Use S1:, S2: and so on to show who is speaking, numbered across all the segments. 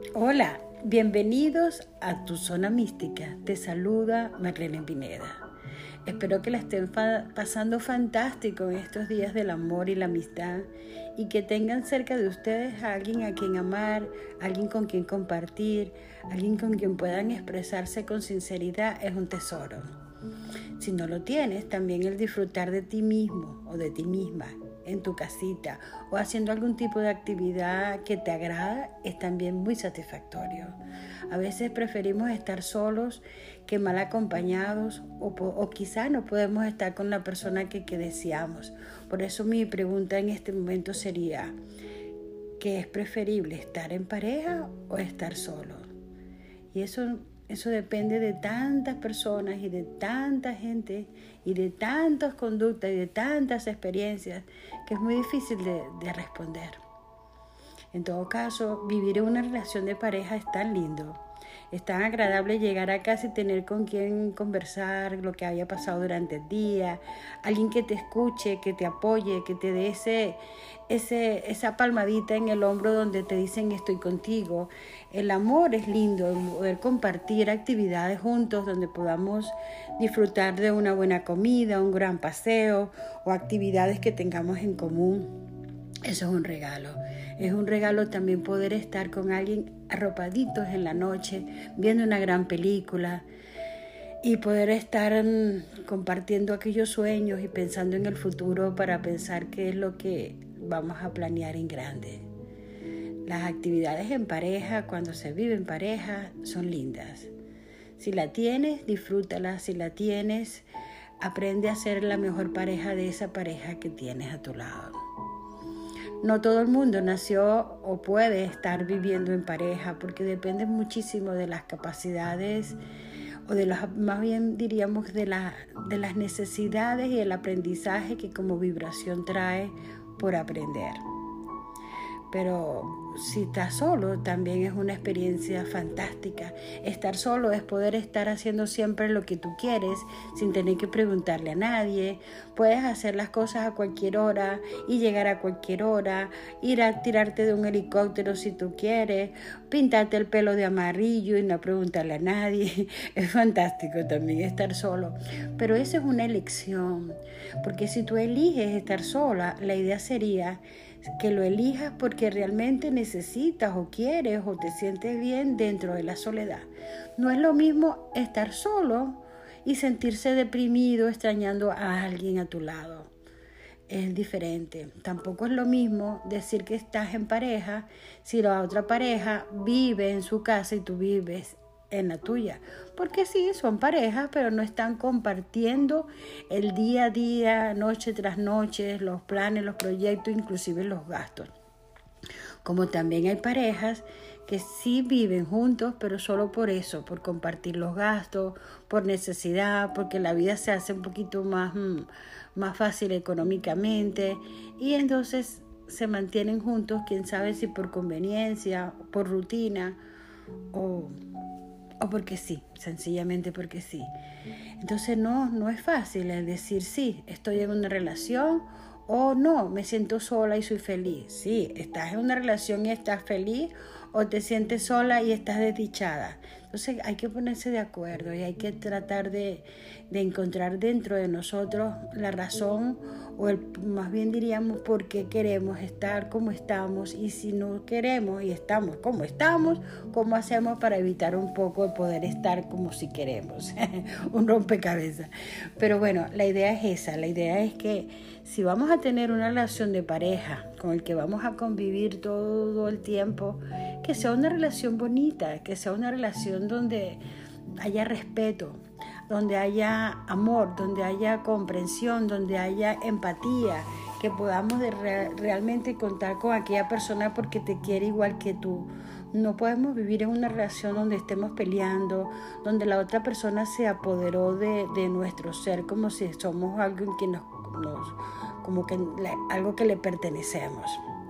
S1: Hola, bienvenidos a Tu Zona Mística. Te saluda Marlene Pineda. Espero que la estén pasando fantástico en estos días del amor y la amistad y que tengan cerca de ustedes a alguien a quien amar, alguien con quien compartir, alguien con quien puedan expresarse con sinceridad es un tesoro. Si no lo tienes, también el disfrutar de ti mismo o de ti misma en tu casita o haciendo algún tipo de actividad que te agrada es también muy satisfactorio. A veces preferimos estar solos que mal acompañados o quizás no podemos estar con la persona que deseamos. Por eso mi pregunta en este momento sería, ¿qué es preferible, estar en pareja o estar solo? Y eso depende de tantas personas y de tanta gente y de tantas conductas y de tantas experiencias que es muy difícil de responder. En todo caso, vivir en una relación de pareja es tan lindo. Es tan agradable llegar a casa y tener con quien conversar lo que haya pasado durante el día, alguien que te escuche, que te apoye, que te dé esa palmadita en el hombro donde te dicen estoy contigo. El amor es lindo, poder compartir actividades juntos donde podamos disfrutar de una buena comida, un gran paseo o actividades que tengamos en común. Eso es un regalo. Es un regalo también poder estar con alguien arropaditos en la noche, viendo una gran película y poder estar compartiendo aquellos sueños y pensando en el futuro para pensar qué es lo que vamos a planear en grande. Las actividades en pareja, cuando se vive en pareja, son lindas. Si la tienes, disfrútala. Si la tienes, aprende a ser la mejor pareja de esa pareja que tienes a tu lado. No todo el mundo nació o puede estar viviendo en pareja porque depende muchísimo de las capacidades o más bien diríamos de las necesidades y el aprendizaje que como vibración trae por aprender. Pero si estás solo, también es una experiencia fantástica. Estar solo es poder estar haciendo siempre lo que tú quieres sin tener que preguntarle a nadie. Puedes hacer las cosas a cualquier hora y llegar a cualquier hora, ir a tirarte de un helicóptero si tú quieres, pintarte el pelo de amarillo y no preguntarle a nadie. Es fantástico también estar solo. Pero esa es una elección, porque si tú eliges estar sola, la idea sería que lo elijas porque realmente necesitas o quieres o te sientes bien dentro de la soledad. No es lo mismo estar solo y sentirse deprimido extrañando a alguien a tu lado. Es diferente. Tampoco es lo mismo decir que estás en pareja si la otra pareja vive en su casa y tú vives en la tuya, porque sí, son parejas, pero no están compartiendo el día a día, noche tras noche, los planes, los proyectos, inclusive los gastos. Como también hay parejas que sí viven juntos, pero solo por eso, por compartir los gastos, por necesidad, porque la vida se hace un poquito más fácil económicamente y entonces se mantienen juntos, quién sabe si por conveniencia, por rutina o porque sí, sencillamente porque sí. Entonces no es fácil el decir sí, estoy en una relación o no, me siento sola y soy feliz. Sí, estás en una relación y estás feliz o te sientes sola y estás desdichada. Entonces hay que ponerse de acuerdo y hay que tratar de encontrar dentro de nosotros la razón o más bien diríamos por qué queremos estar como estamos y si no queremos y estamos como estamos, ¿cómo hacemos para evitar un poco el poder estar como si queremos? Un rompecabezas. Pero bueno, la idea es esa, la idea es que si vamos a tener una relación de pareja con el que vamos a convivir todo el tiempo, que sea una relación bonita, que sea una relación donde haya respeto, donde haya amor, donde haya comprensión, donde haya empatía, que podamos realmente contar con aquella persona porque te quiere igual que tú. No podemos vivir en una relación donde estemos peleando, donde la otra persona se apoderó de nuestro ser como si somos algo que como que algo que le pertenecemos.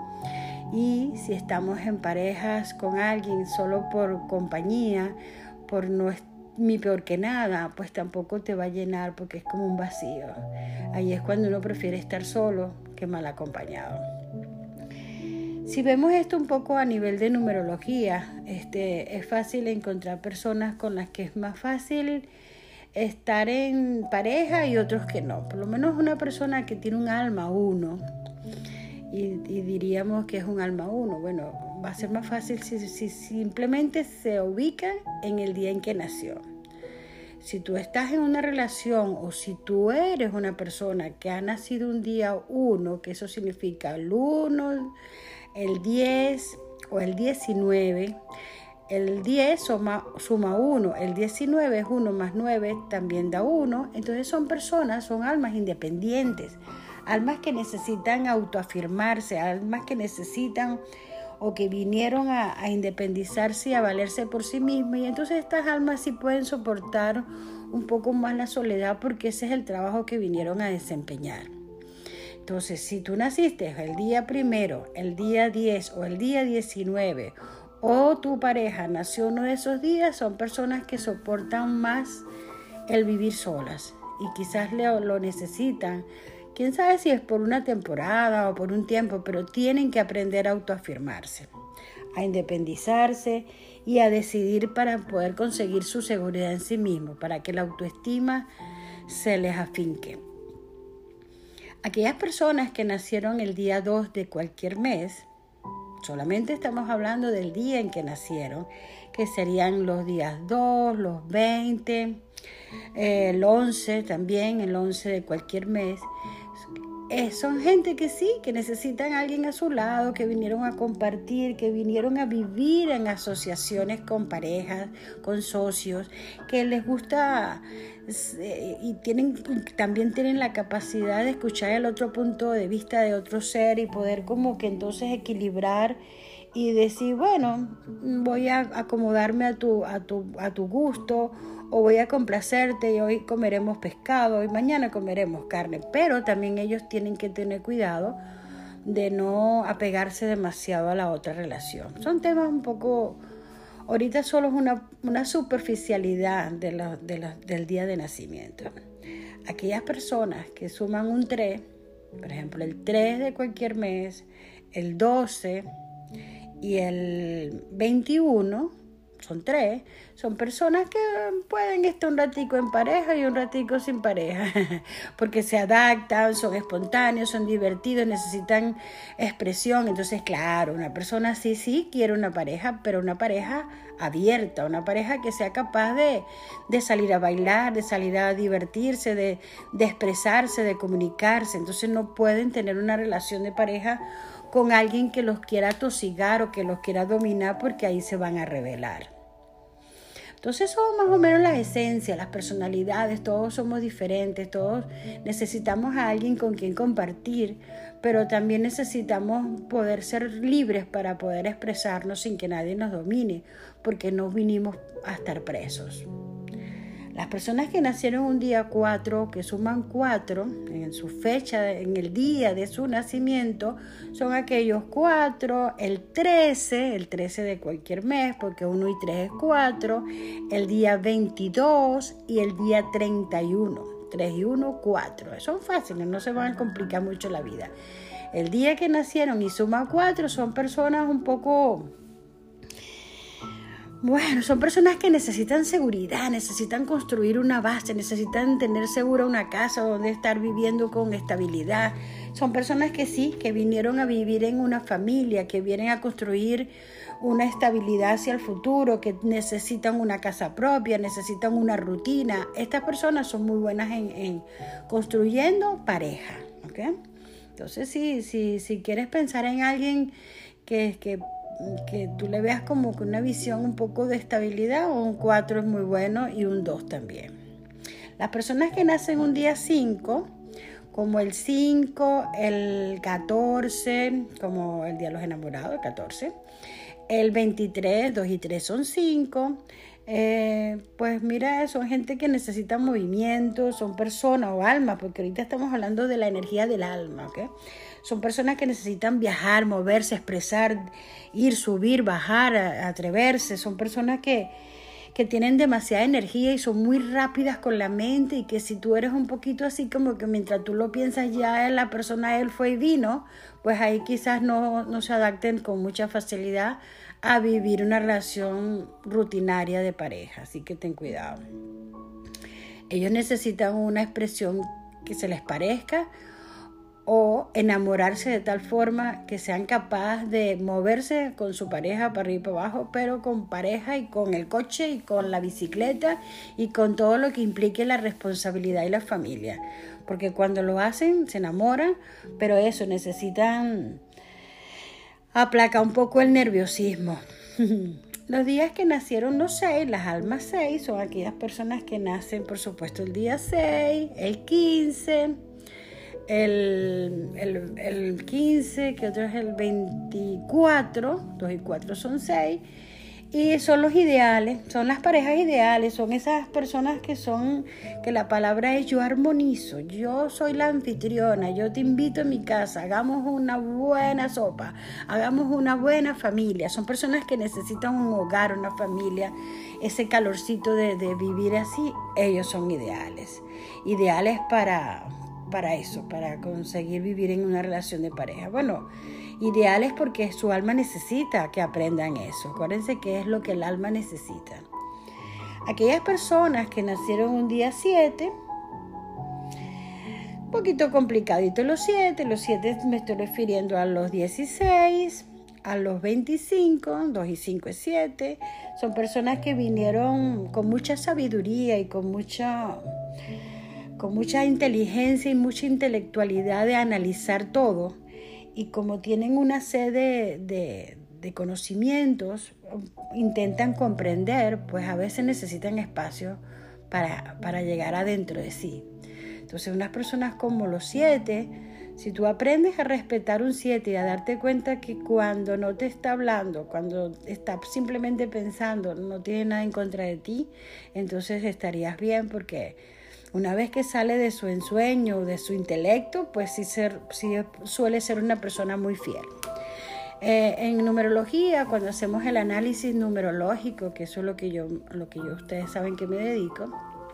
S1: Y si estamos en parejas con alguien solo por compañía, por no mi peor que nada, pues tampoco te va a llenar porque es como un vacío. Ahí es cuando uno prefiere estar solo que mal acompañado. Si vemos esto un poco a nivel de numerología, es fácil encontrar personas con las que es más fácil estar en pareja y otros que no. Por lo menos una persona que tiene un alma 1 y diríamos que es un alma 1, bueno, va a ser más fácil si simplemente se ubican en el día en que nació. Si tú estás en una relación o si tú eres una persona que ha nacido un día 1, que eso significa el 1, el 10 o el 19, el 10 suma 1, el 19 es 1 más 9, también da 1. Entonces son almas independientes, almas que necesitan autoafirmarse, almas que necesitan o que vinieron a independizarse y a valerse por sí mismas. Y entonces estas almas sí pueden soportar un poco más la soledad porque ese es el trabajo que vinieron a desempeñar. Entonces, si tú naciste el día 1, el día 10 o el día 19, o tu pareja nació uno de esos días, son personas que soportan más el vivir solas y quizás lo necesitan. Quién sabe si es por una temporada o por un tiempo, pero tienen que aprender a autoafirmarse, a independizarse y a decidir para poder conseguir su seguridad en sí mismo, para que la autoestima se les afinque. Aquellas personas que nacieron el día 2 de cualquier mes, solamente estamos hablando del día en que nacieron, que serían los días 2, los 20, el 11 también, el 11 de cualquier mes. Son gente que sí, que necesitan a alguien a su lado, que vinieron a compartir, que vinieron a vivir en asociaciones con parejas, con socios, que les gusta y también tienen la capacidad de escuchar el otro punto de vista de otro ser y poder como que entonces equilibrar y decir, bueno, voy a acomodarme a tu gusto, o voy a complacerte y hoy comeremos pescado y mañana comeremos carne. Pero también ellos tienen que tener cuidado de no apegarse demasiado a la otra relación. Son temas un poco, ahorita solo es una superficialidad del día de nacimiento. Aquellas personas que suman un 3, por ejemplo el 3 de cualquier mes, el 12 y el 21, son 3, son personas que pueden estar un ratico en pareja y un ratico sin pareja, porque se adaptan, son espontáneos, son divertidos, necesitan expresión. Entonces, claro, una persona sí quiere una pareja, pero una pareja abierta, una pareja que sea capaz de salir a bailar, de salir a divertirse, de expresarse, de comunicarse. Entonces no pueden tener una relación de pareja con alguien que los quiera atosigar o que los quiera dominar, porque ahí se van a rebelar. Entonces son más o menos las esencias, las personalidades, todos somos diferentes, todos necesitamos a alguien con quien compartir, pero también necesitamos poder ser libres para poder expresarnos sin que nadie nos domine, porque no vinimos a estar presos. Las personas que nacieron un día 4, que suman 4 en su fecha, en el día de su nacimiento, son aquellos 4, el 13 de cualquier mes, porque 1 y 3 es 4, el día 22 y el día 31. 3 y 1, 4. Son fáciles, no se van a complicar mucho la vida. El día que nacieron y suma 4 son personas un poco... Bueno, son personas que necesitan seguridad, necesitan construir una base, necesitan tener segura una casa donde estar viviendo con estabilidad. Son personas que sí, que vinieron a vivir en una familia, que vienen a construir una estabilidad hacia el futuro, que necesitan una casa propia, necesitan una rutina. Estas personas son muy buenas en construyendo pareja, ¿ok? Entonces, si quieres pensar en alguien que tú le veas como que una visión un poco de estabilidad, un 4 es muy bueno y un 2 también. Las personas que nacen un día 5, como el 5, el 14, como el día de los enamorados, el 14, el 23, 2 y 3 son 5. Pues mira, son gente que necesita movimiento, son personas o almas, porque ahorita estamos hablando de la energía del alma, ¿ok? Son personas que necesitan viajar, moverse, expresar, ir, subir, bajar, atreverse. Son personas que que tienen demasiada energía y son muy rápidas con la mente, y que si tú eres un poquito así como que mientras tú lo piensas ya la persona él fue y vino, pues ahí quizás no se adapten con mucha facilidad a vivir una relación rutinaria de pareja, así que ten cuidado. Ellos necesitan una expresión que se les parezca o enamorarse de tal forma que sean capaces de moverse con su pareja para arriba y para abajo, pero con pareja y con el coche y con la bicicleta y con todo lo que implique la responsabilidad y la familia. Porque cuando lo hacen se enamoran, pero eso, necesitan aplacar un poco el nerviosismo. Los días que nacieron los 6, las almas 6, son aquellas personas que nacen, por supuesto, el día 6, el 15, el 15, que otro es el 24, 2 y 4 son 6, y son los ideales, son las parejas ideales, son esas personas que la palabra es yo armonizo, yo soy la anfitriona, yo te invito a mi casa, hagamos una buena sopa, hagamos una buena familia. Son personas que necesitan un hogar, una familia, ese calorcito de vivir así. Ellos son ideales para eso, para conseguir vivir en una relación de pareja. Bueno, ideales porque su alma necesita que aprendan eso. Acuérdense que es lo que el alma necesita. Aquellas personas que nacieron un día 7, un poquito complicadito los 7 me estoy refiriendo a los 16, a los 25, 2 y 5 es 7, son personas que vinieron con mucha sabiduría y con mucha inteligencia y mucha intelectualidad de analizar todo. Y como tienen una sed de conocimientos, intentan comprender, pues a veces necesitan espacio para llegar adentro de sí. Entonces, unas personas como los 7, si tú aprendes a respetar un 7 y a darte cuenta que cuando no te está hablando, cuando está simplemente pensando, no tiene nada en contra de ti, entonces estarías bien, porque una vez que sale de su ensueño, de su intelecto, pues sí suele ser una persona muy fiel. En numerología, cuando hacemos el análisis numerológico, que eso es lo que yo ustedes saben que me dedico,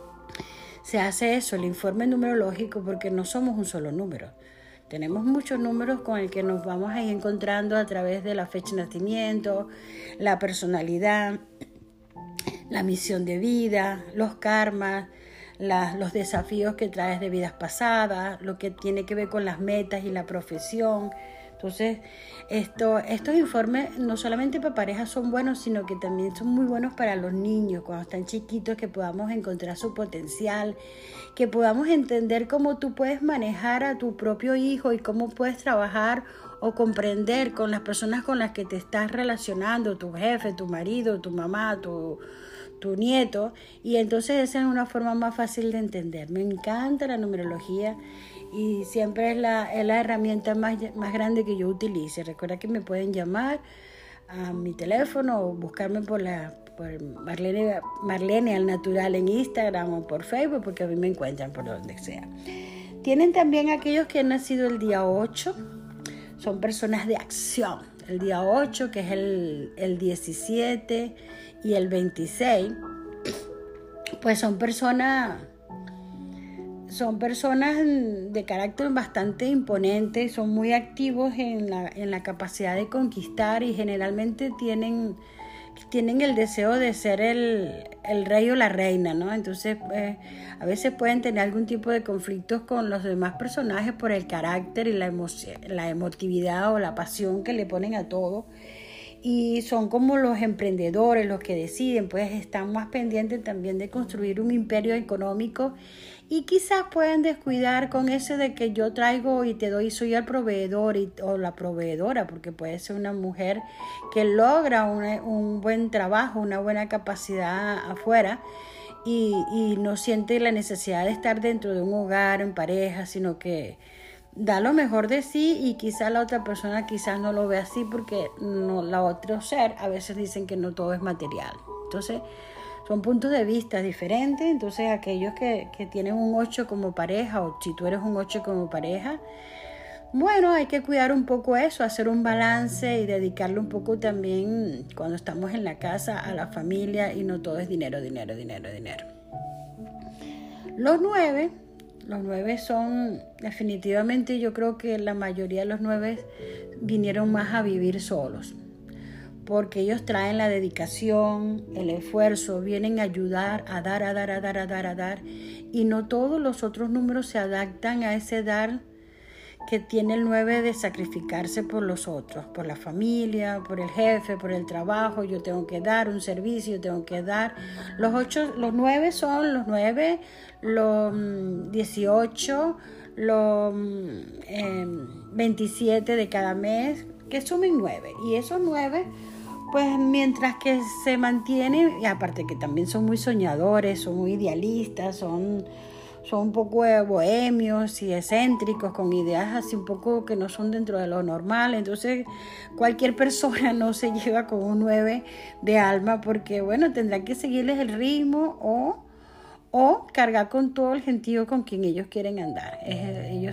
S1: se hace eso, el informe numerológico, porque no somos un solo número. Tenemos muchos números con el que nos vamos a ir encontrando a través de la fecha de nacimiento, la personalidad, la misión de vida, los karmas, los desafíos que traes de vidas pasadas, lo que tiene que ver con las metas y la profesión. Entonces, estos informes no solamente para parejas son buenos, sino que también son muy buenos para los niños cuando están chiquitos, que podamos encontrar su potencial, que podamos entender cómo tú puedes manejar a tu propio hijo y cómo puedes trabajar o comprender con las personas con las que te estás relacionando, tu jefe, tu marido, tu mamá, tu nieto, y entonces esa es una forma más fácil de entender. Me encanta la numerología y siempre es la herramienta más grande que yo utilice. Recuerda que me pueden llamar a mi teléfono o buscarme por Marlene al Natural en Instagram o por Facebook, porque a mí me encuentran por donde sea. Tienen también aquellos que han nacido el día 8, son personas de acción. El día 8, que es el 17 y el 26, pues son personas de carácter bastante imponente, son muy activos en la capacidad de conquistar y generalmente tienen el deseo de ser el rey o la reina, ¿no? Entonces, a veces pueden tener algún tipo de conflictos con los demás personajes por el carácter y la emotividad o la pasión que le ponen a todo. Y son como los emprendedores, los que deciden, pues están más pendientes también de construir un imperio económico, y quizás pueden descuidar con ese de que yo traigo y te doy, soy el proveedor o la proveedora, porque puede ser una mujer que logra un buen trabajo, una buena capacidad afuera y no siente la necesidad de estar dentro de un hogar en pareja, sino que da lo mejor de sí, y quizá la otra persona quizás no lo ve así, porque la otro ser a veces dicen que no todo es material. Entonces son puntos de vista diferentes. Entonces aquellos que tienen un 8 como pareja, o si tú eres un 8 como pareja, Bueno, hay que cuidar un poco eso, hacer un balance y dedicarle un poco también cuando estamos en la casa a la familia y no todo es dinero, dinero, dinero, dinero. Los nueve son definitivamente, yo creo que la mayoría de los 9 vinieron más a vivir solos, porque ellos traen la dedicación, el esfuerzo, vienen a ayudar, a dar, a dar, a dar, a dar, a dar, y no todos los otros números se adaptan a ese dar que tiene el 9 de sacrificarse por los otros, por la familia, por el jefe, por el trabajo. Yo tengo que dar un servicio, tengo que dar. Los 9 son los 9, los 18, los 27 de cada mes, que sumen 9. Y esos 9, pues mientras que se mantienen, y aparte que también son muy soñadores, son muy idealistas, son un poco bohemios y excéntricos, con ideas así un poco que no son dentro de lo normal. Entonces cualquier persona no se lleva con un 9 de alma, porque bueno, tendrán que seguirles el ritmo o cargar con todo el gentío con quien ellos quieren andar. Ellos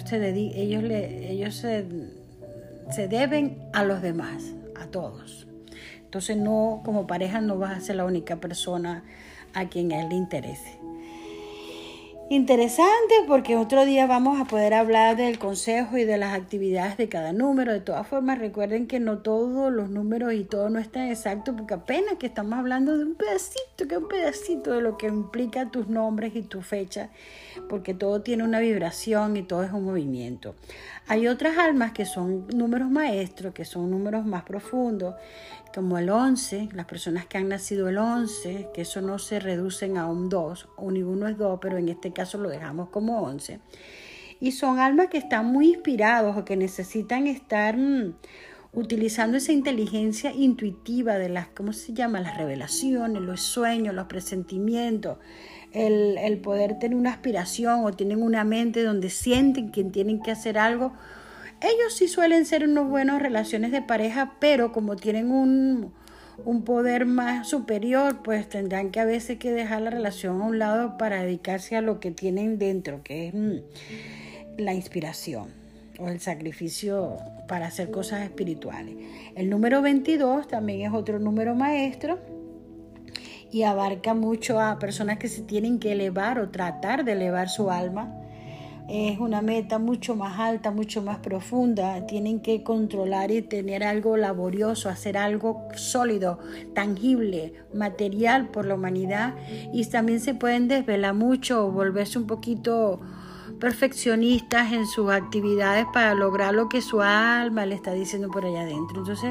S1: se deben a los demás, a todos. Entonces no, como pareja no vas a ser la única persona a quien a él le interese. Interesante, porque otro día vamos a poder hablar del consejo y de las actividades de cada número. De todas formas, recuerden que no todos los números y todo no es tan exacto, porque apenas que estamos hablando de un pedacito de lo que implica tus nombres y tu fecha, porque todo tiene una vibración y todo es un movimiento. Hay otras almas que son números maestros, que son números más profundos, como el 11, las personas que han nacido el 11, que eso no se reducen a un 2, o ni uno es 2, pero en este caso lo dejamos como 11. Y son almas que están muy inspirados o que necesitan estar utilizando esa inteligencia intuitiva de las, ¿cómo se llama? Las revelaciones, los sueños, los presentimientos, el poder tener una aspiración o tienen una mente donde sienten que tienen que hacer algo. Ellos sí suelen ser unos buenos relaciones de pareja, pero como tienen un poder más superior, pues tendrán que a veces que dejar la relación a un lado para dedicarse a lo que tienen dentro, que es la inspiración o el sacrificio para hacer cosas espirituales. El número 22 también es otro número maestro y abarca mucho a personas que se tienen que elevar o tratar de elevar su alma. Es una meta mucho más alta, mucho más profunda. Tienen que controlar y tener algo laborioso, hacer algo sólido, tangible, material por la humanidad. Y también se pueden desvelar mucho o volverse un poquito perfeccionistas en sus actividades para lograr lo que su alma le está diciendo por allá adentro. Entonces,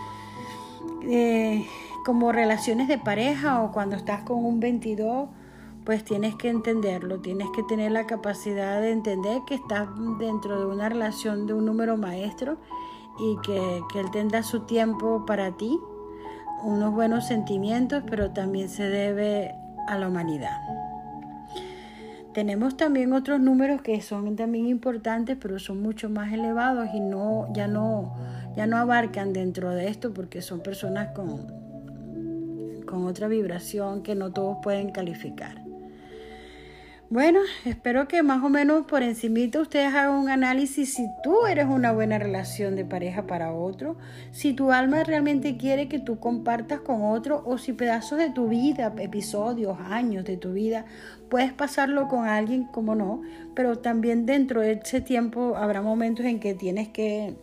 S1: como relaciones de pareja o cuando estás con un 22, pues tienes que entenderlo, tienes que tener la capacidad de entender que estás dentro de una relación de un número maestro y que él tendrá su tiempo para ti, unos buenos sentimientos, pero también se debe a la humanidad. Tenemos también otros números que son también importantes, pero son mucho más elevados y ya no abarcan dentro de esto, porque son personas con otra vibración que no todos pueden calificar. Bueno, espero que más o menos por encimita ustedes hagan un análisis si tú eres una buena relación de pareja para otro, si tu alma realmente quiere que tú compartas con otro o si pedazos de tu vida, episodios, años de tu vida, puedes pasarlo con alguien, como no, pero también dentro de ese tiempo habrá momentos en que tienes que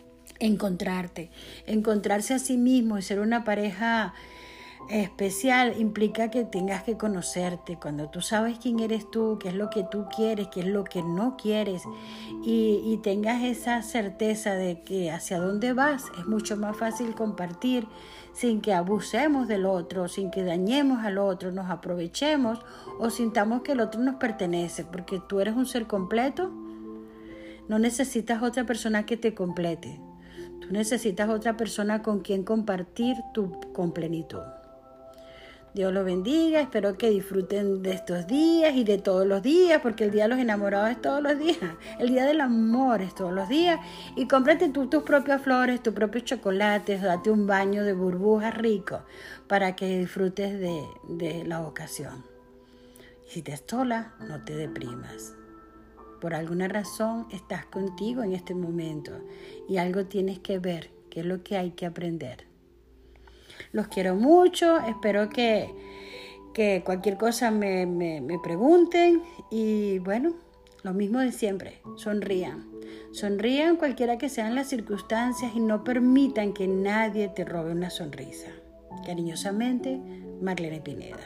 S1: encontrarse a sí mismo y ser una pareja especial. Implica que tengas que conocerte. Cuando tú sabes quién eres tú, qué es lo que tú quieres, qué es lo que no quieres y tengas esa certeza de que hacia dónde vas, es mucho más fácil compartir sin que abusemos del otro, sin que dañemos al otro, nos aprovechemos o sintamos que el otro nos pertenece, porque tú eres un ser completo. No necesitas otra persona que te complete. Tú necesitas otra persona con quien compartir con plenitud. Dios los bendiga, espero que disfruten de estos días y de todos los días, porque el día de los enamorados es todos los días, el día del amor es todos los días, y cómprate tú tus propias flores, tus propios chocolates, date un baño de burbujas rico para que disfrutes de la ocasión. Si te sola, no te deprimas, por alguna razón estás contigo en este momento y algo tienes que ver, que es lo que hay que aprender. Los quiero mucho, espero que cualquier cosa me pregunten y bueno, lo mismo de siempre, sonrían. Sonrían cualquiera que sean las circunstancias y no permitan que nadie te robe una sonrisa. Cariñosamente, Marlene Pineda.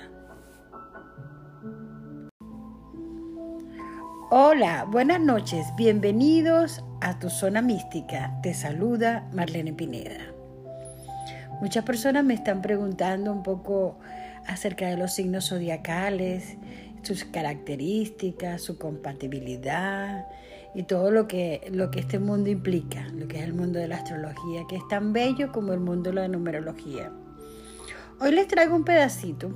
S1: Hola, buenas noches, bienvenidos a tu zona mística. Te saluda Marlene Pineda. Muchas personas me están preguntando un poco acerca de los signos zodiacales, sus características, su compatibilidad y todo lo que este mundo implica, lo que es el mundo de la astrología, que es tan bello como el mundo de la numerología. Hoy les traigo un pedacito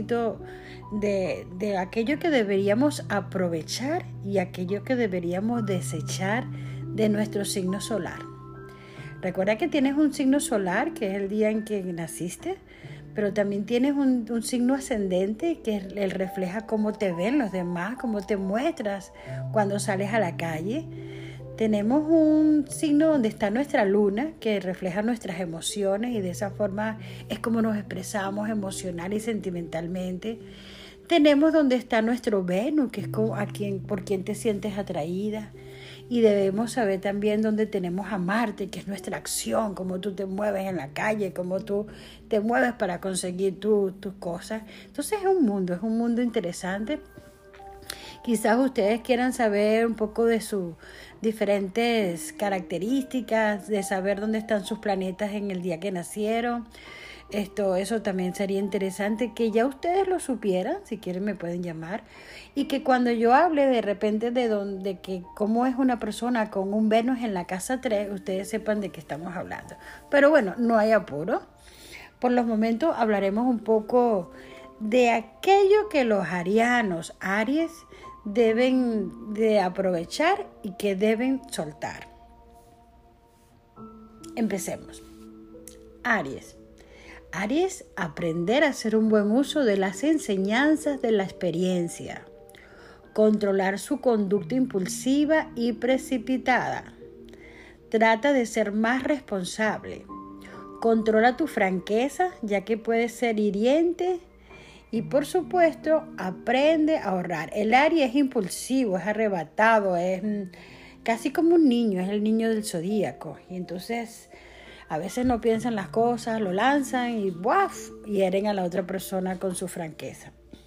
S1: de aquello que deberíamos aprovechar y aquello que deberíamos desechar de nuestro signo solar. Recuerda que tienes un signo solar, que es el día en que naciste, pero también tienes un signo ascendente, que él refleja cómo te ven los demás, cómo te muestras cuando sales a la calle. Tenemos un signo donde está nuestra luna, que refleja nuestras emociones y de esa forma es como nos expresamos emocional y sentimentalmente. Tenemos donde está nuestro Venus, que es por quien te sientes atraída. Y debemos saber también dónde tenemos a Marte, que es nuestra acción, cómo tú te mueves en la calle, cómo tú te mueves para conseguir tus cosas. Entonces es un mundo interesante. Quizás ustedes quieran saber un poco de sus diferentes características, de saber dónde están sus planetas en el día que nacieron. Eso también sería interesante que ya ustedes lo supieran, si quieren me pueden llamar, y que cuando yo hable de repente de que cómo es una persona con un Venus en la casa 3, ustedes sepan de qué estamos hablando. Pero bueno, no hay apuro. Por los momentos hablaremos un poco de aquello que los arianos, Aries, deben de aprovechar y que deben soltar. Empecemos. Aries, aprender a hacer un buen uso de las enseñanzas de la experiencia. Controlar su conducta impulsiva y precipitada. Trata de ser más responsable. Controla tu franqueza, ya que puede ser hiriente. Y por supuesto, aprende a ahorrar. El Aries es impulsivo, es arrebatado, es casi como un niño, es el niño del zodíaco. Y entonces a veces no piensan las cosas, lo lanzan y ¡buaf! Hieren a la otra persona con su franqueza.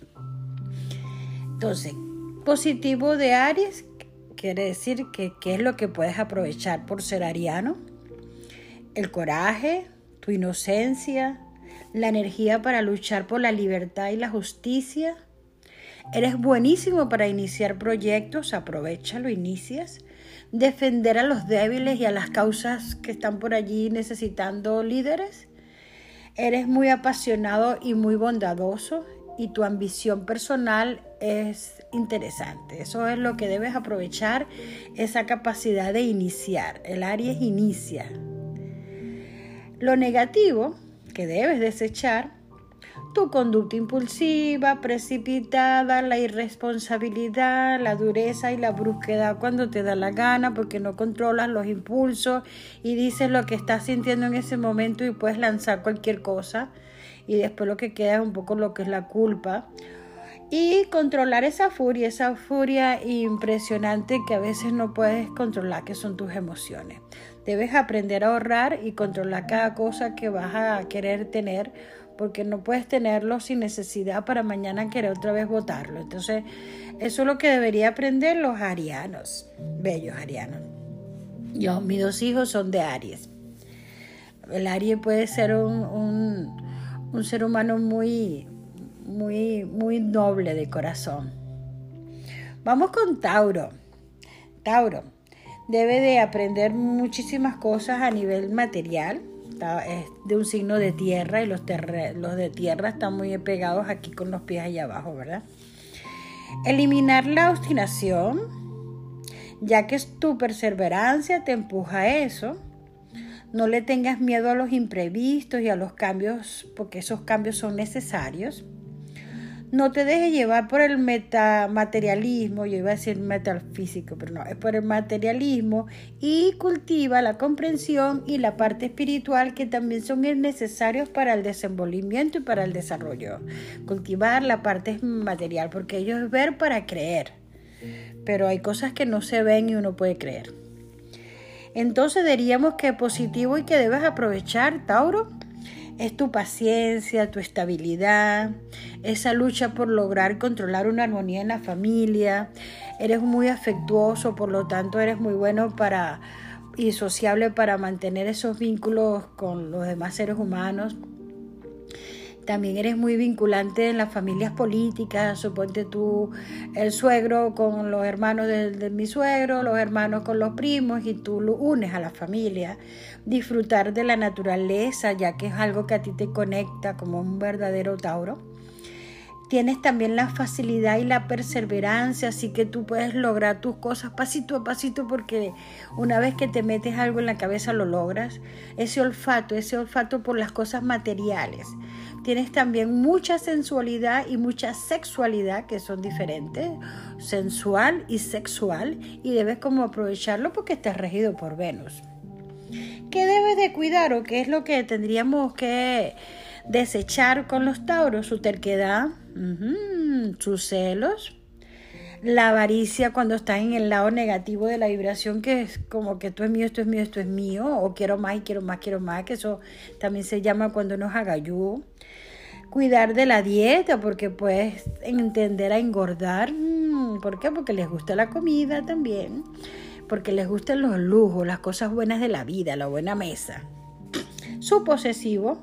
S1: Entonces, positivo de Aries quiere decir que ¿qué es lo que puedes aprovechar por ser ariano? El coraje, tu inocencia, la energía para luchar por la libertad y la justicia. Eres buenísimo para iniciar proyectos, aprovéchalo, inicias. Defender a los débiles y a las causas que están por allí necesitando líderes. Eres muy apasionado y muy bondadoso y tu ambición personal es interesante. Eso es lo que debes aprovechar, esa capacidad de iniciar. El Aries inicia. Lo negativo que debes desechar: tu conducta impulsiva, precipitada, la irresponsabilidad, la dureza y la brusquedad cuando te da la gana, porque no controlas los impulsos y dices lo que estás sintiendo en ese momento y puedes lanzar cualquier cosa y después lo que queda es un poco lo que es la culpa. Y controlar esa furia impresionante que a veces no puedes controlar, que son tus emociones. Debes aprender a ahorrar y controlar cada cosa que vas a querer tener, porque no puedes tenerlo sin necesidad para mañana querer otra vez botarlo. Entonces, eso es lo que debería aprender los arianos, bellos arianos. Mis 2 hijos son de Aries. El Aries puede ser un ser humano muy noble de corazón. Vamos con Tauro. Tauro debe de aprender muchísimas cosas a nivel material. Es de un signo de tierra y los de tierra están muy pegados aquí con los pies allá abajo, ¿verdad? Eliminar la obstinación, ya que tu perseverancia te empuja a eso. No le tengas miedo a los imprevistos y a los cambios, porque esos cambios son necesarios. No te dejes llevar por el metamaterialismo, yo iba a decir metafísico, pero no, es por el materialismo, y cultiva la comprensión y la parte espiritual que también son necesarios para el desenvolvimiento y para el desarrollo. Cultivar la parte material, porque ello es ver para creer, pero hay cosas que no se ven y uno puede creer. Entonces diríamos que positivo y que debes aprovechar, Tauro, es tu paciencia, tu estabilidad, esa lucha por lograr controlar una armonía en la familia. Eres muy afectuoso, por lo tanto eres muy bueno y sociable para mantener esos vínculos con los demás seres humanos. También eres muy vinculante en las familias políticas, suponte tú el suegro con los hermanos de mi suegro, los hermanos con los primos, y tú lo unes a la familia. Disfrutar de la naturaleza, ya que es algo que a ti te conecta como un verdadero Tauro. Tienes también la facilidad y la perseverancia, así que tú puedes lograr tus cosas pasito a pasito, porque una vez que te metes algo en la cabeza lo logras. Ese olfato por las cosas materiales. Tienes también mucha sensualidad y mucha sexualidad, que son diferentes, sensual y sexual, y debes como aprovecharlo porque estás regido por Venus. ¿Qué debes de cuidar o qué es lo que tendríamos que desechar con los Tauros? Su terquedad, sus celos, la avaricia cuando estás en el lado negativo de la vibración, que es como que esto es mío, esto es mío, esto es mío, o quiero más y quiero más, quiero más, que eso también se llama cuando uno es agayú. Cuidar de la dieta, porque puedes entender a engordar. ¿Por qué? Porque les gusta la comida también, porque les gustan los lujos, las cosas buenas de la vida, la buena mesa. Son posesivos.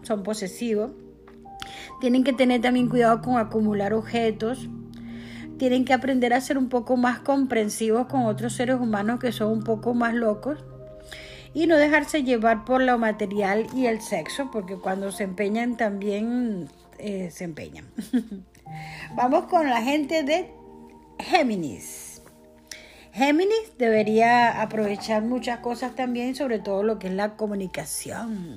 S1: Tienen que tener también cuidado con acumular objetos. Tienen que aprender a ser un poco más comprensivos con otros seres humanos que son un poco más locos. Y no dejarse llevar por lo material y el sexo, porque cuando se empeñan también se empeñan. Vamos con la gente de Géminis. Géminis debería aprovechar muchas cosas también, sobre todo lo que es la comunicación.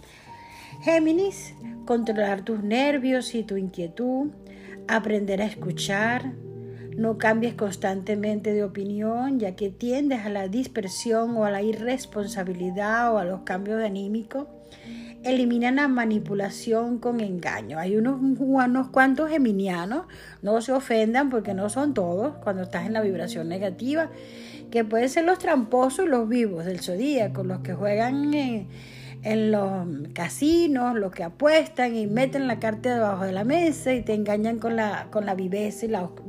S1: Géminis, controlar tus nervios y tu inquietud, aprender a escuchar. No cambies constantemente de opinión, ya que tiendes a la dispersión o a la irresponsabilidad o a los cambios anímicos. Elimina la manipulación con engaño. Hay unos cuantos geminianos, no se ofendan porque no son todos, cuando estás en la vibración negativa, que pueden ser los tramposos y los vivos del zodíaco, los que juegan en los casinos, los que apuestan y meten la carta debajo de la mesa y te engañan con la viveza y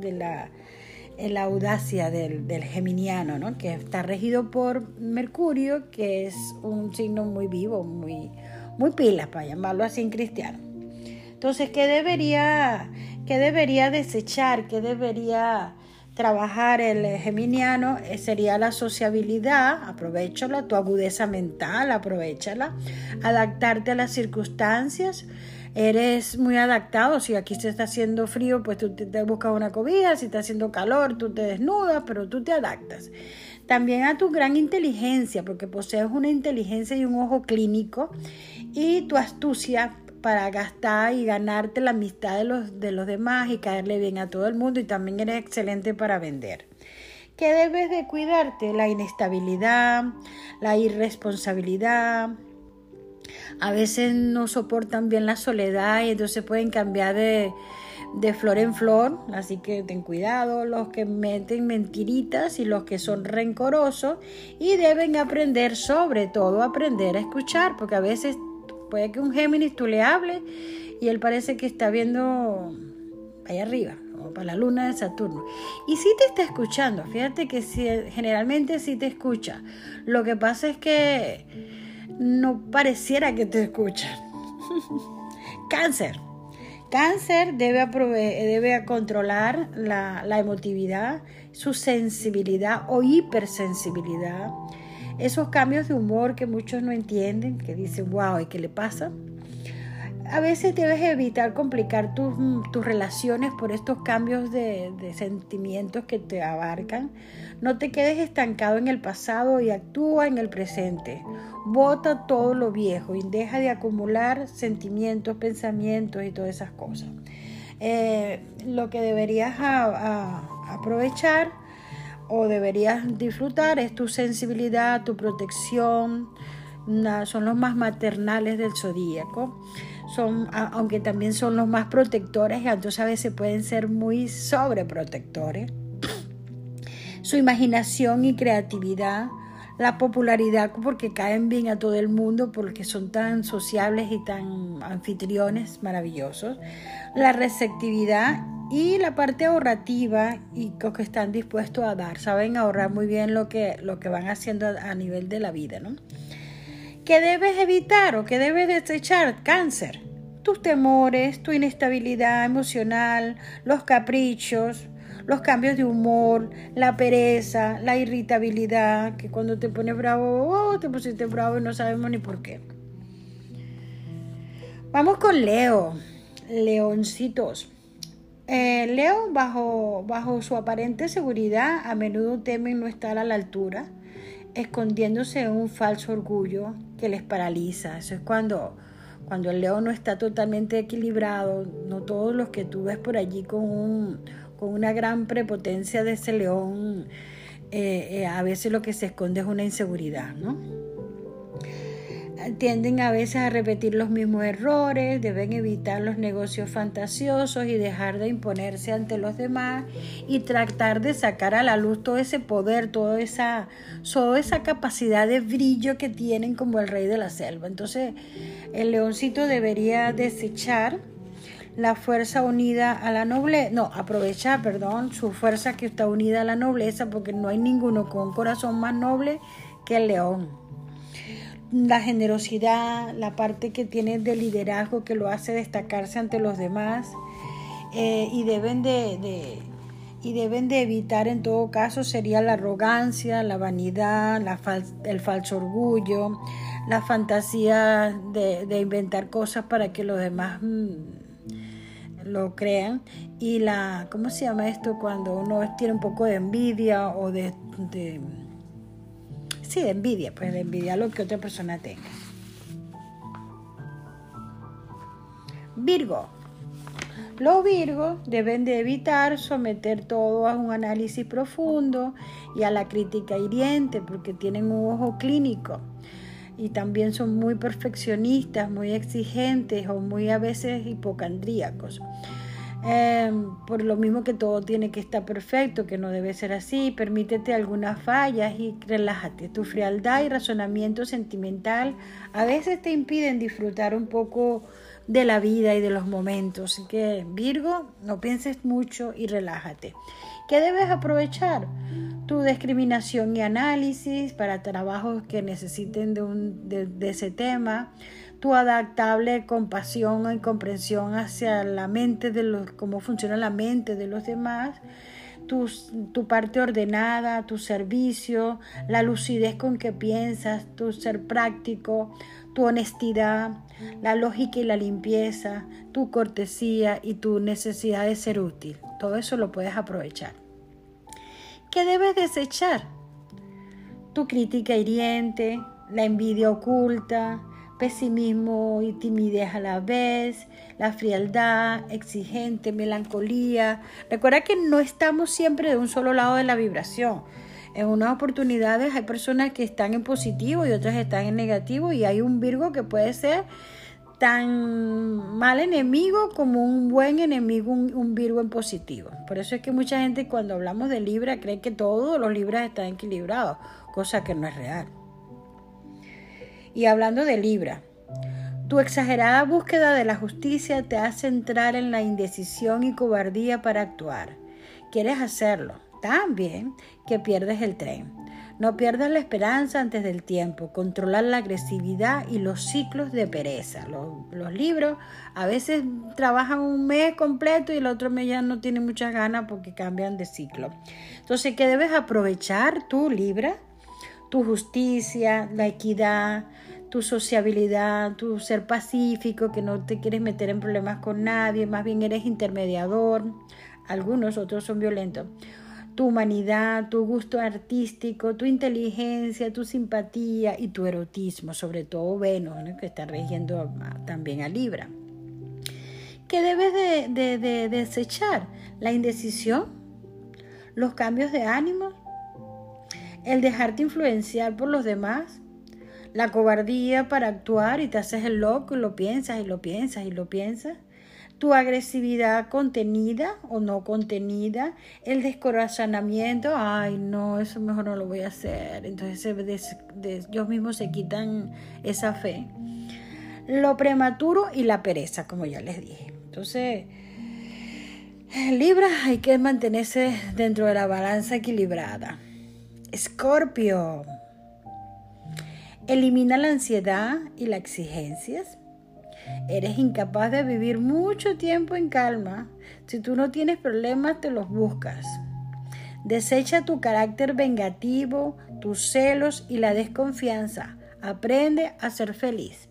S1: la audacia del geminiano, ¿no? Que está regido por Mercurio, que es un signo muy vivo, muy pilas, para llamarlo así en cristiano. Entonces, ¿qué debería desechar? ¿Qué debería trabajar el geminiano? Sería la sociabilidad, aprovechala, tu agudeza mental, aprovechala, adaptarte a las circunstancias. Eres muy adaptado. Si aquí se está haciendo frío, pues tú te buscas una cobija. Si está haciendo calor, tú te desnudas, pero tú te adaptas. También a tu gran inteligencia, porque posees una inteligencia y un ojo clínico, y tu astucia para gastar y ganarte la amistad de los demás y caerle bien a todo el mundo, y también eres excelente para vender. ¿Qué debes de cuidarte? La inestabilidad, la irresponsabilidad. A veces no soportan bien la soledad y entonces pueden cambiar de flor en flor, así que ten cuidado los que meten mentiritas y los que son rencorosos, y deben aprender, sobre todo aprender a escuchar, porque a veces puede que un Géminis tú le hables y él parece que está viendo allá arriba, o para la luna de Saturno, y sí te está escuchando. Fíjate que generalmente sí te escucha, lo que pasa es que no pareciera que te escucha. Cáncer debe controlar la emotividad, su sensibilidad o hipersensibilidad. Esos cambios de humor que muchos no entienden, que dicen, wow, ¿y qué le pasa? A veces debes evitar complicar tus relaciones por estos cambios de sentimientos que te abarcan. No te quedes estancado en el pasado y actúa en el presente. Bota todo lo viejo y deja de acumular sentimientos, pensamientos y todas esas cosas. Lo que deberías aprovechar o deberías disfrutar es tu sensibilidad, tu protección. Son los más maternales del zodíaco. Aunque también son los más protectores, y entonces a veces pueden ser muy sobreprotectores. Su imaginación y creatividad, la popularidad, porque caen bien a todo el mundo, porque son tan sociables y tan anfitriones maravillosos, la receptividad y la parte ahorrativa y que están dispuestos a dar, saben ahorrar muy bien lo que van haciendo a nivel de la vida, ¿no? ¿Qué debes evitar o qué debes desechar? Cáncer. Tus temores, tu inestabilidad emocional, los caprichos, los cambios de humor, la pereza, la irritabilidad, que cuando te pones bravo, te pusiste bravo y no sabemos ni por qué. Vamos con Leo, leoncitos. Leo, bajo su aparente seguridad, a menudo temen no estar a la altura, escondiéndose en un falso orgullo que les paraliza. Eso es cuando el león no está totalmente equilibrado. No todos los que tú ves por allí con una gran prepotencia de ese león, a veces lo que se esconde es una inseguridad, ¿no? Tienden a veces a repetir los mismos errores, deben evitar los negocios fantasiosos y dejar de imponerse ante los demás y tratar de sacar a la luz todo ese poder, toda esa capacidad de brillo que tienen como el rey de la selva. Entonces, el leoncito debería desechar la fuerza unida a la nobleza, aprovechar, su fuerza que está unida a la nobleza, porque no hay ninguno con un corazón más noble que el león. La generosidad, la parte que tiene de liderazgo que lo hace destacarse ante los demás, y deben de evitar en todo caso sería la arrogancia, la vanidad, el falso orgullo, la fantasía de inventar cosas para que los demás lo crean, y ¿cómo se llama esto? Cuando uno tiene un poco de envidia o de envidia, pues de envidiar lo que otra persona tenga. Virgo. Los Virgos deben de evitar someter todo a un análisis profundo y a la crítica hiriente, porque tienen un ojo clínico y también son muy perfeccionistas, muy exigentes o muy a veces hipocondríacos. Por lo mismo que todo tiene que estar perfecto, que no debe ser así. Permítete algunas fallas y relájate. Tu frialdad y razonamiento sentimental a veces te impiden disfrutar un poco de la vida y de los momentos. Así que, Virgo, no pienses mucho y relájate. ¿Qué debes aprovechar? Tu discriminación y análisis para trabajos que necesiten de ese tema. Tu adaptable compasión y comprensión hacia la mente cómo funciona la mente de los demás, tu parte ordenada, tu servicio, la lucidez con que piensas, tu ser práctico, tu honestidad, la lógica y la limpieza, tu cortesía y tu necesidad de ser útil. Todo eso lo puedes aprovechar. ¿Qué debes desechar? Tu crítica hiriente, la envidia oculta, pesimismo y timidez a la vez, la frialdad, exigente, melancolía. Recuerda que no estamos siempre de un solo lado de la vibración. En unas oportunidades hay personas que están en positivo y otras están en negativo, y hay un Virgo que puede ser tan mal enemigo como un buen enemigo, un Virgo en positivo. Por eso es que mucha gente, cuando hablamos de Libra, cree que todos los Libras están equilibrados, cosa que no es real. Y hablando de Libra, tu exagerada búsqueda de la justicia te hace entrar en la indecisión y cobardía para actuar. Quieres hacerlo tan bien que pierdes el tren. No pierdas la esperanza antes del tiempo. Controlar la agresividad y los ciclos de pereza. Los libros a veces trabajan un mes completo y el otro mes ya no tienen muchas ganas porque cambian de ciclo. Entonces, ¿qué debes aprovechar tú, Libra? Tu justicia, la equidad, tu sociabilidad, tu ser pacífico, que no te quieres meter en problemas con nadie, más bien eres intermediador. Algunos, otros son violentos. Tu humanidad, tu gusto artístico, tu inteligencia, tu simpatía y tu erotismo, sobre todo Venus, ¿no?, que está rigiendo también a Libra. ¿Qué debes de desechar? La indecisión, los cambios de ánimo, el dejarte influenciar por los demás, la cobardía para actuar y te haces el loco y lo piensas y lo piensas y lo piensas, tu agresividad contenida o no contenida, el descorazonamiento, ay no, eso mejor no lo voy a hacer, entonces ellos mismos se quitan esa fe, lo prematuro y la pereza, como ya les dije. Entonces, Libra, hay que mantenerse dentro de la balanza equilibrada. Escorpio, elimina la ansiedad y las exigencias. Eres incapaz de vivir mucho tiempo en calma. Si tú no tienes problemas, te los buscas. Desecha tu carácter vengativo, tus celos y la desconfianza. Aprende a ser feliz.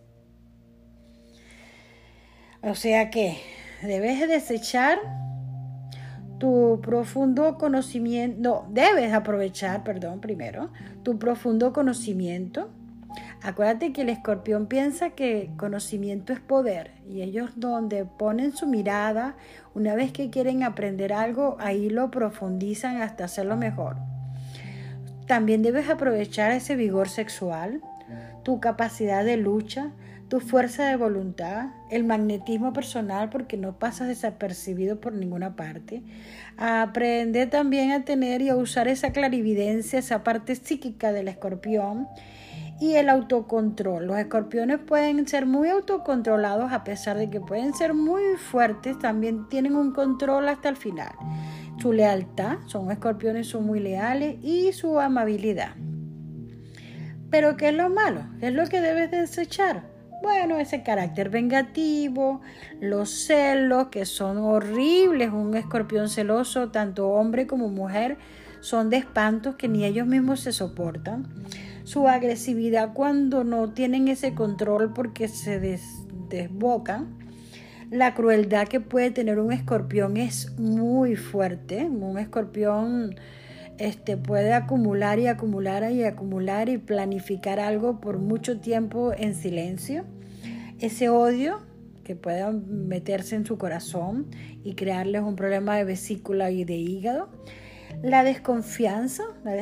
S1: O sea que debes desechar tu profundo conocimiento, no, debes aprovechar, primero, tu profundo conocimiento. Acuérdate que el escorpión piensa que conocimiento es poder y ellos donde ponen su mirada, una vez que quieren aprender algo, ahí lo profundizan hasta hacerlo mejor. También debes aprovechar ese vigor sexual, tu capacidad de lucha, tu fuerza de voluntad, el magnetismo personal, porque no pasas desapercibido por ninguna parte. Aprende también a tener y a usar esa clarividencia, esa parte psíquica del escorpión y el autocontrol. Los escorpiones pueden ser muy autocontrolados, a pesar de que pueden ser muy fuertes, también tienen un control hasta el final. Su lealtad, son escorpiones, son muy leales, y su amabilidad. Pero ¿qué es lo malo? ¿Qué es lo que debes desechar? Bueno, ese carácter vengativo, los celos, que son horribles. Un escorpión celoso, tanto hombre como mujer, son de espantos que ni ellos mismos se soportan. Su agresividad cuando no tienen ese control porque se desbocan. La crueldad que puede tener un escorpión es muy fuerte. Un escorpión puede acumular y acumular y acumular y planificar algo por mucho tiempo en silencio. Ese odio que pueda meterse en su corazón y crearles un problema de vesícula y de hígado. La desconfianza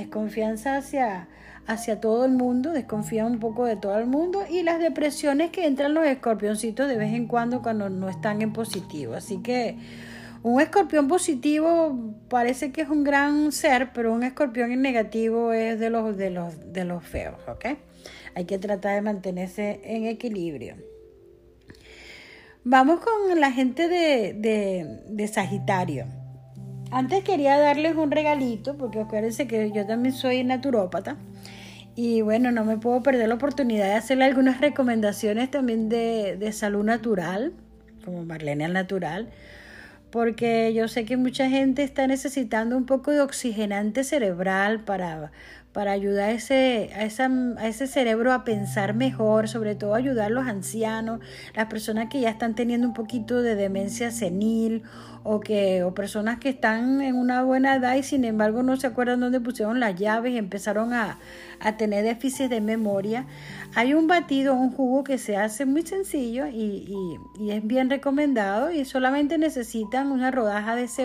S1: hacia todo el mundo, desconfía un poco de todo el mundo, y las depresiones que entran los escorpioncitos de vez en cuando no están en positivo. Así que un escorpión positivo parece que es un gran ser, pero un escorpión en negativo es de los feos, ¿ok? Hay que tratar de mantenerse en equilibrio. Vamos con la gente de Sagitario. Antes quería darles un regalito, porque acuérdense que yo también soy naturópata. Y bueno, no me puedo perder la oportunidad de hacerle algunas recomendaciones también de salud natural, como Marlene al Natural, porque yo sé que mucha gente está necesitando un poco de oxigenante cerebral para ayudar a ese cerebro a pensar mejor, sobre todo ayudar a los ancianos, las personas que ya están teniendo un poquito de demencia senil o personas que están en una buena edad y sin embargo no se acuerdan dónde pusieron las llaves y empezaron a tener déficits de memoria. Hay un batido, un jugo que se hace muy sencillo y es bien recomendado, y solamente necesitan una rodaja de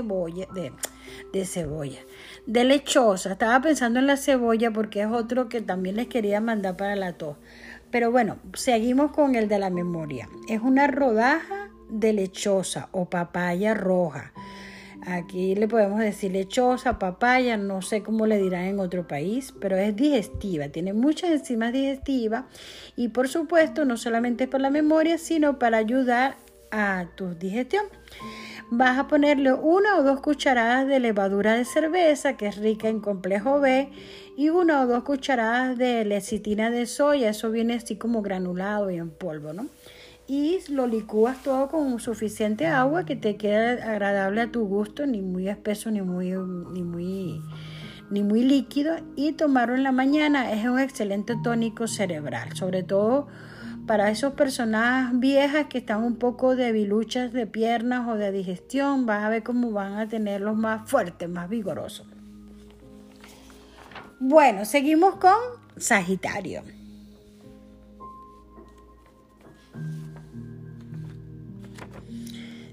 S1: lechosa. Estaba pensando en la cebolla porque es otro que también les quería mandar para la tos. Pero bueno, seguimos con el de la memoria. Es una rodaja de lechosa o papaya roja. Aquí le podemos decir lechosa, papaya, no sé cómo le dirán en otro país, pero es digestiva, tiene muchas enzimas digestivas y por supuesto no solamente es para la memoria, sino para ayudar a tu digestión. Vas a ponerle 1 o 2 cucharadas de levadura de cerveza, que es rica en complejo B, y 1 o 2 cucharadas de lecitina de soya, eso viene así como granulado y en polvo, ¿no? Y lo licúas todo con suficiente agua que te quede agradable a tu gusto, ni muy espeso ni muy líquido, y tomarlo en la mañana. Es un excelente tónico cerebral, sobre todo para esas personas viejas que están un poco debiluchas de piernas o de digestión. Vas a ver cómo van a tenerlos más fuertes, más vigorosos. Bueno, seguimos con Sagitario.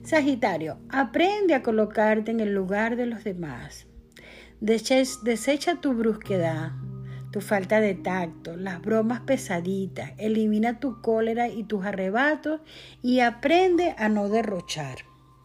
S1: Sagitario, aprende a colocarte en el lugar de los demás. Desecha tu brusquedad, tu falta de tacto, las bromas pesaditas. Elimina tu cólera y tus arrebatos y aprende a no derrochar.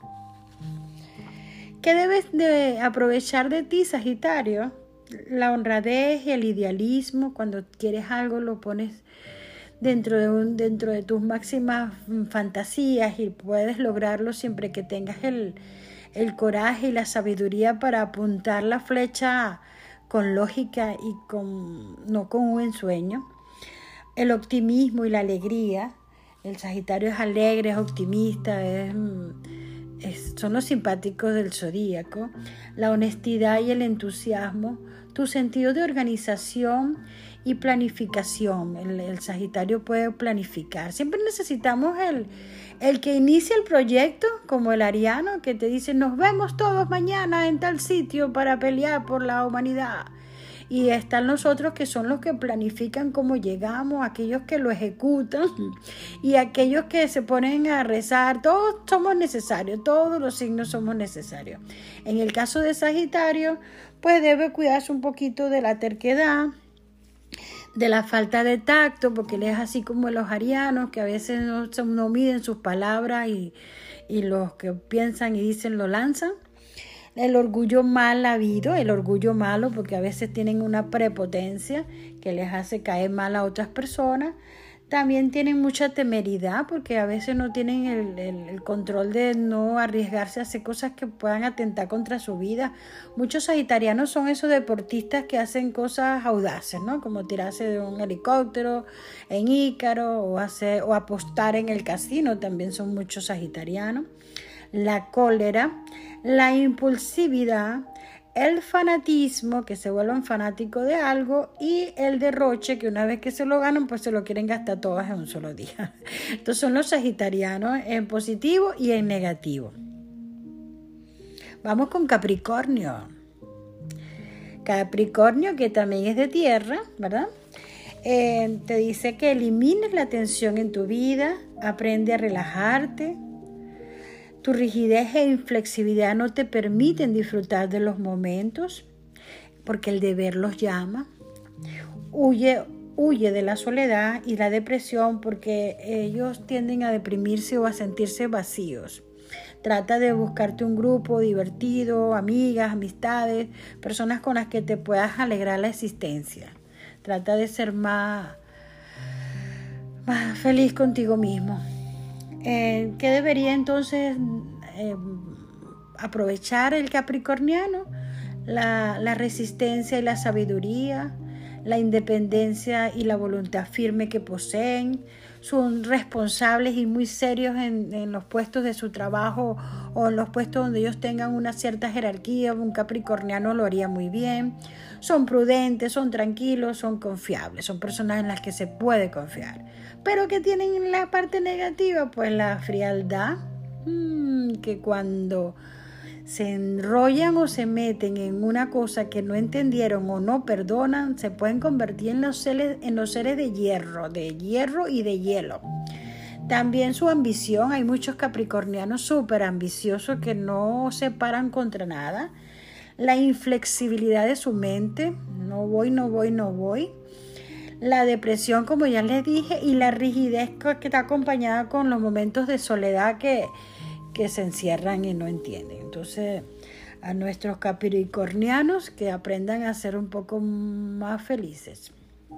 S1: ¿Qué debes de aprovechar de ti, Sagitario? La honradez y el idealismo. Cuando quieres algo lo pones dentro de tus máximas fantasías y puedes lograrlo siempre que tengas el coraje y la sabiduría para apuntar la flecha con lógica y no con un ensueño. El optimismo y la alegría. El Sagitario es alegre, es optimista, son los simpáticos del zodíaco. La honestidad y el entusiasmo, tu sentido de organización y planificación. El Sagitario puede planificar. Siempre necesitamos el que inicia el proyecto, como el ariano, que te dice nos vemos todos mañana en tal sitio para pelear por la humanidad. Y están los otros que son los que planifican cómo llegamos, aquellos que lo ejecutan y aquellos que se ponen a rezar. Todos somos necesarios, todos los signos somos necesarios. En el caso de Sagitario, pues debe cuidarse un poquito de la terquedad, de la falta de tacto, porque él es así como los arianos, que a veces no miden sus palabras y los que piensan y dicen lo lanzan. El orgullo mal habido, el orgullo malo, porque a veces tienen una prepotencia que les hace caer mal a otras personas. También tienen mucha temeridad porque a veces no tienen el control de no arriesgarse a hacer cosas que puedan atentar contra su vida. Muchos sagitarianos son esos deportistas que hacen cosas audaces, ¿no? Como tirarse de un helicóptero en Ícaro o apostar en el casino, también son muchos sagitarianos. La cólera, la impulsividad, el fanatismo, que se vuelvan fanáticos de algo, y el derroche, que una vez que se lo ganan, pues se lo quieren gastar todas en un solo día. Estos son los sagitarianos en positivo y en negativo. Vamos con Capricornio. Capricornio, que también es de tierra, ¿verdad? Te dice que elimines la tensión en tu vida, aprende a relajarte. Tu rigidez e inflexibilidad no te permiten disfrutar de los momentos porque el deber los llama. Huye de la soledad y la depresión porque ellos tienden a deprimirse o a sentirse vacíos. Trata de buscarte un grupo divertido, amigas, amistades, personas con las que te puedas alegrar la existencia. Trata de ser más feliz contigo mismo. ¿Qué debería entonces aprovechar el capricorniano? La resistencia y la sabiduría, la independencia y la voluntad firme que poseen. Son responsables y muy serios en los puestos de su trabajo o en los puestos donde ellos tengan una cierta jerarquía. Un capricorniano lo haría muy bien. Son prudentes, son tranquilos, son confiables. Son personas en las que se puede confiar. Pero que tienen la parte negativa, pues la frialdad, que cuando se enrollan o se meten en una cosa que no entendieron o no perdonan, se pueden convertir en los seres de hierro y de hielo. También su ambición, hay muchos capricornianos súper ambiciosos que no se paran contra nada. La inflexibilidad de su mente, no voy. La depresión, como ya les dije, y la rigidez que está acompañada con los momentos de soledad que se encierran y no entienden. Entonces, a nuestros capricornianos que aprendan a ser un poco más felices.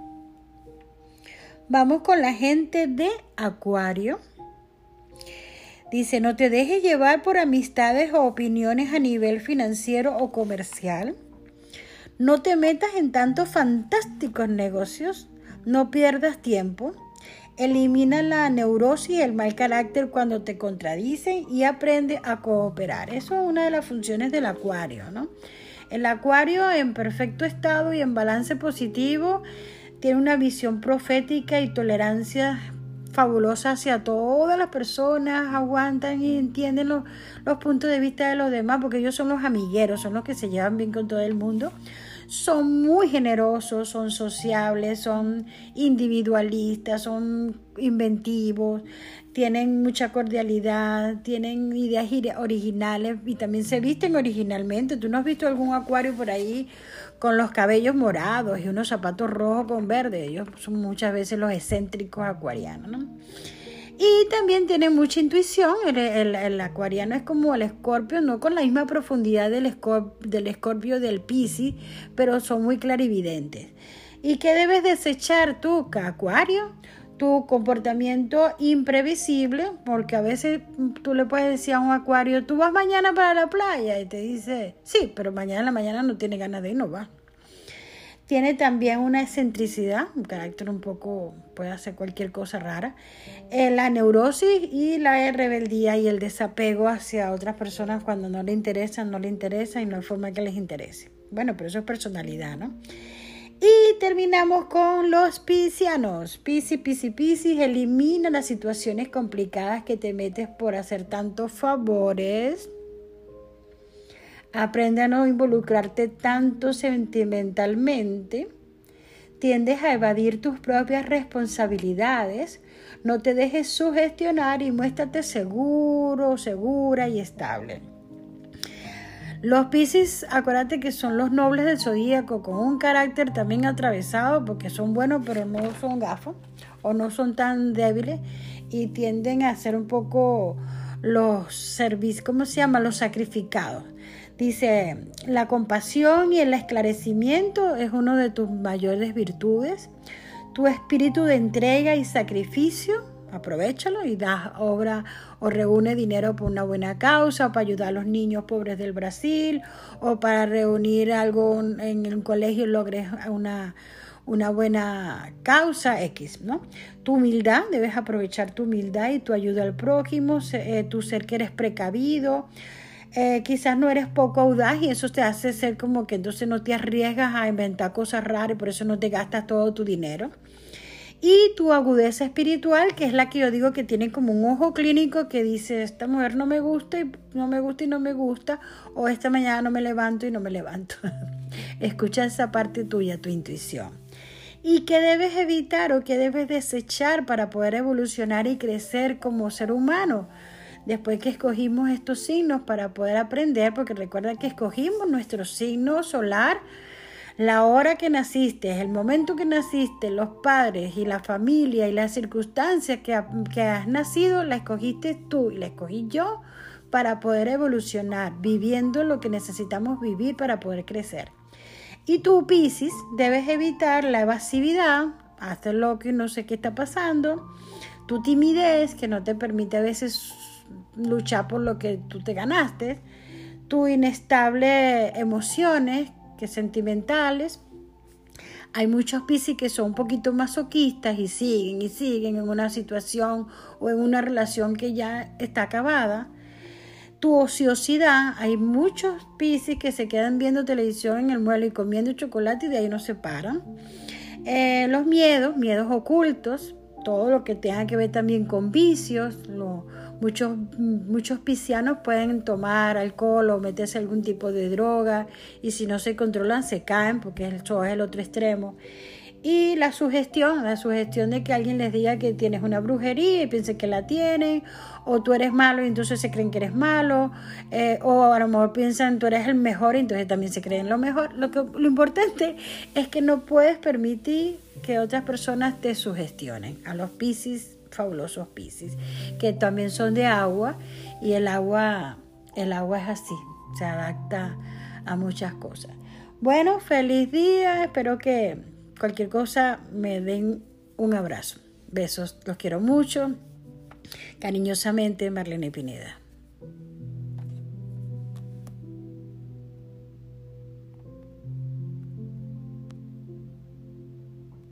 S1: Vamos con la gente de Acuario. Dice, no te dejes llevar por amistades o opiniones a nivel financiero o comercial. No te metas en tantos fantásticos negocios. No pierdas tiempo. Elimina la neurosis y el mal carácter cuando te contradicen y aprende a cooperar. Eso es una de las funciones del Acuario, ¿no? El Acuario en perfecto estado y en balance positivo tiene una visión profética y tolerancia fabulosa hacia todas las personas, aguantan y entienden los puntos de vista de los demás porque ellos son los amigueros, son los que se llevan bien con todo el mundo. son muy generosos, son sociables, son individualistas, son inventivos, tienen mucha cordialidad, tienen ideas originales y también se visten originalmente. ¿Tú no has visto algún acuario por ahí con los cabellos morados y unos zapatos rojos con verde? Ellos son muchas veces los excéntricos acuarianos, ¿no? Y también tiene mucha intuición. El acuariano es como el escorpio, no con la misma profundidad del escorpio del Piscis, pero son muy clarividentes. ¿Y qué debes desechar tú, acuario? Tu comportamiento imprevisible, porque a veces tú le puedes decir a un acuario, tú vas mañana para la playa, y te dice, sí, pero mañana en la mañana no tiene ganas de ir, no va. Tiene también una excentricidad, un carácter un poco, puede hacer cualquier cosa rara. La neurosis y la rebeldía y el desapego hacia otras personas cuando no le interesa y no hay forma que les interese. Bueno, pero eso es personalidad, ¿no? Y terminamos con los piscianos. Piscis, elimina las situaciones complicadas que te metes por hacer tantos favores. Aprende a no involucrarte tanto sentimentalmente. Tiendes a evadir tus propias responsabilidades. No te dejes sugestionar y muéstrate seguro, segura y estable. Los Piscis, acuérdate que son los nobles del zodíaco, con un carácter también atravesado, porque son buenos pero no son gafos o no son tan débiles y tienden a ser un poco los los sacrificados. Dice, la compasión y el esclarecimiento es uno de tus mayores virtudes. Tu espíritu de entrega y sacrificio, aprovéchalo y da obra o reúne dinero por una buena causa, o para ayudar a los niños pobres del Brasil, o para reunir algo en el colegio y logres una buena causa X, ¿no? Tu humildad, debes aprovechar tu humildad y tu ayuda al prójimo, tu ser que eres precavido. Quizás no eres poco audaz y eso te hace ser como que entonces no te arriesgas a inventar cosas raras y por eso no te gastas todo tu dinero. Y tu agudeza espiritual, que es la que yo digo que tiene como un ojo clínico que dice, esta mujer no me gusta y no me gusta y no me gusta, o esta mañana no me levanto y no me levanto. Escucha esa parte tuya, tu intuición. ¿Y qué debes evitar o qué debes desechar para poder evolucionar y crecer como ser humano? Después que escogimos estos signos para poder aprender, porque recuerda que escogimos nuestro signo solar, la hora que naciste, el momento que naciste, los padres y la familia y las circunstancias que has nacido, la escogiste tú y la escogí yo para poder evolucionar, viviendo lo que necesitamos vivir para poder crecer. Y tú, Piscis, debes evitar la evasividad, hacer lo que no sé qué está pasando, tu timidez que no te permite a veces luchar por lo que tú te ganaste, tu inestable emociones que sentimentales. Hay muchos Piscis que son un poquito masoquistas y siguen en una situación o en una relación que ya está acabada. Tu ociosidad, hay muchos Piscis que se quedan viendo televisión en el mueble y comiendo chocolate y de ahí no se paran. Los miedos ocultos, todo lo que tenga que ver también con vicios. Muchos piscianos pueden tomar alcohol o meterse algún tipo de droga y si no se controlan se caen porque eso es el otro extremo. Y la sugestión de que alguien les diga que tienes una brujería y piensen que la tienen, o tú eres malo y entonces se creen que eres malo, o a lo mejor piensan tú eres el mejor y entonces también se creen lo mejor. Lo importante es que no puedes permitir que otras personas te sugestionen. A los Piscis, fabulosos Piscis, que también son de agua y el agua es así, se adapta a muchas cosas. Bueno, feliz día, espero que cualquier cosa me den un abrazo. Besos, los quiero mucho. Cariñosamente, Marlene Pineda.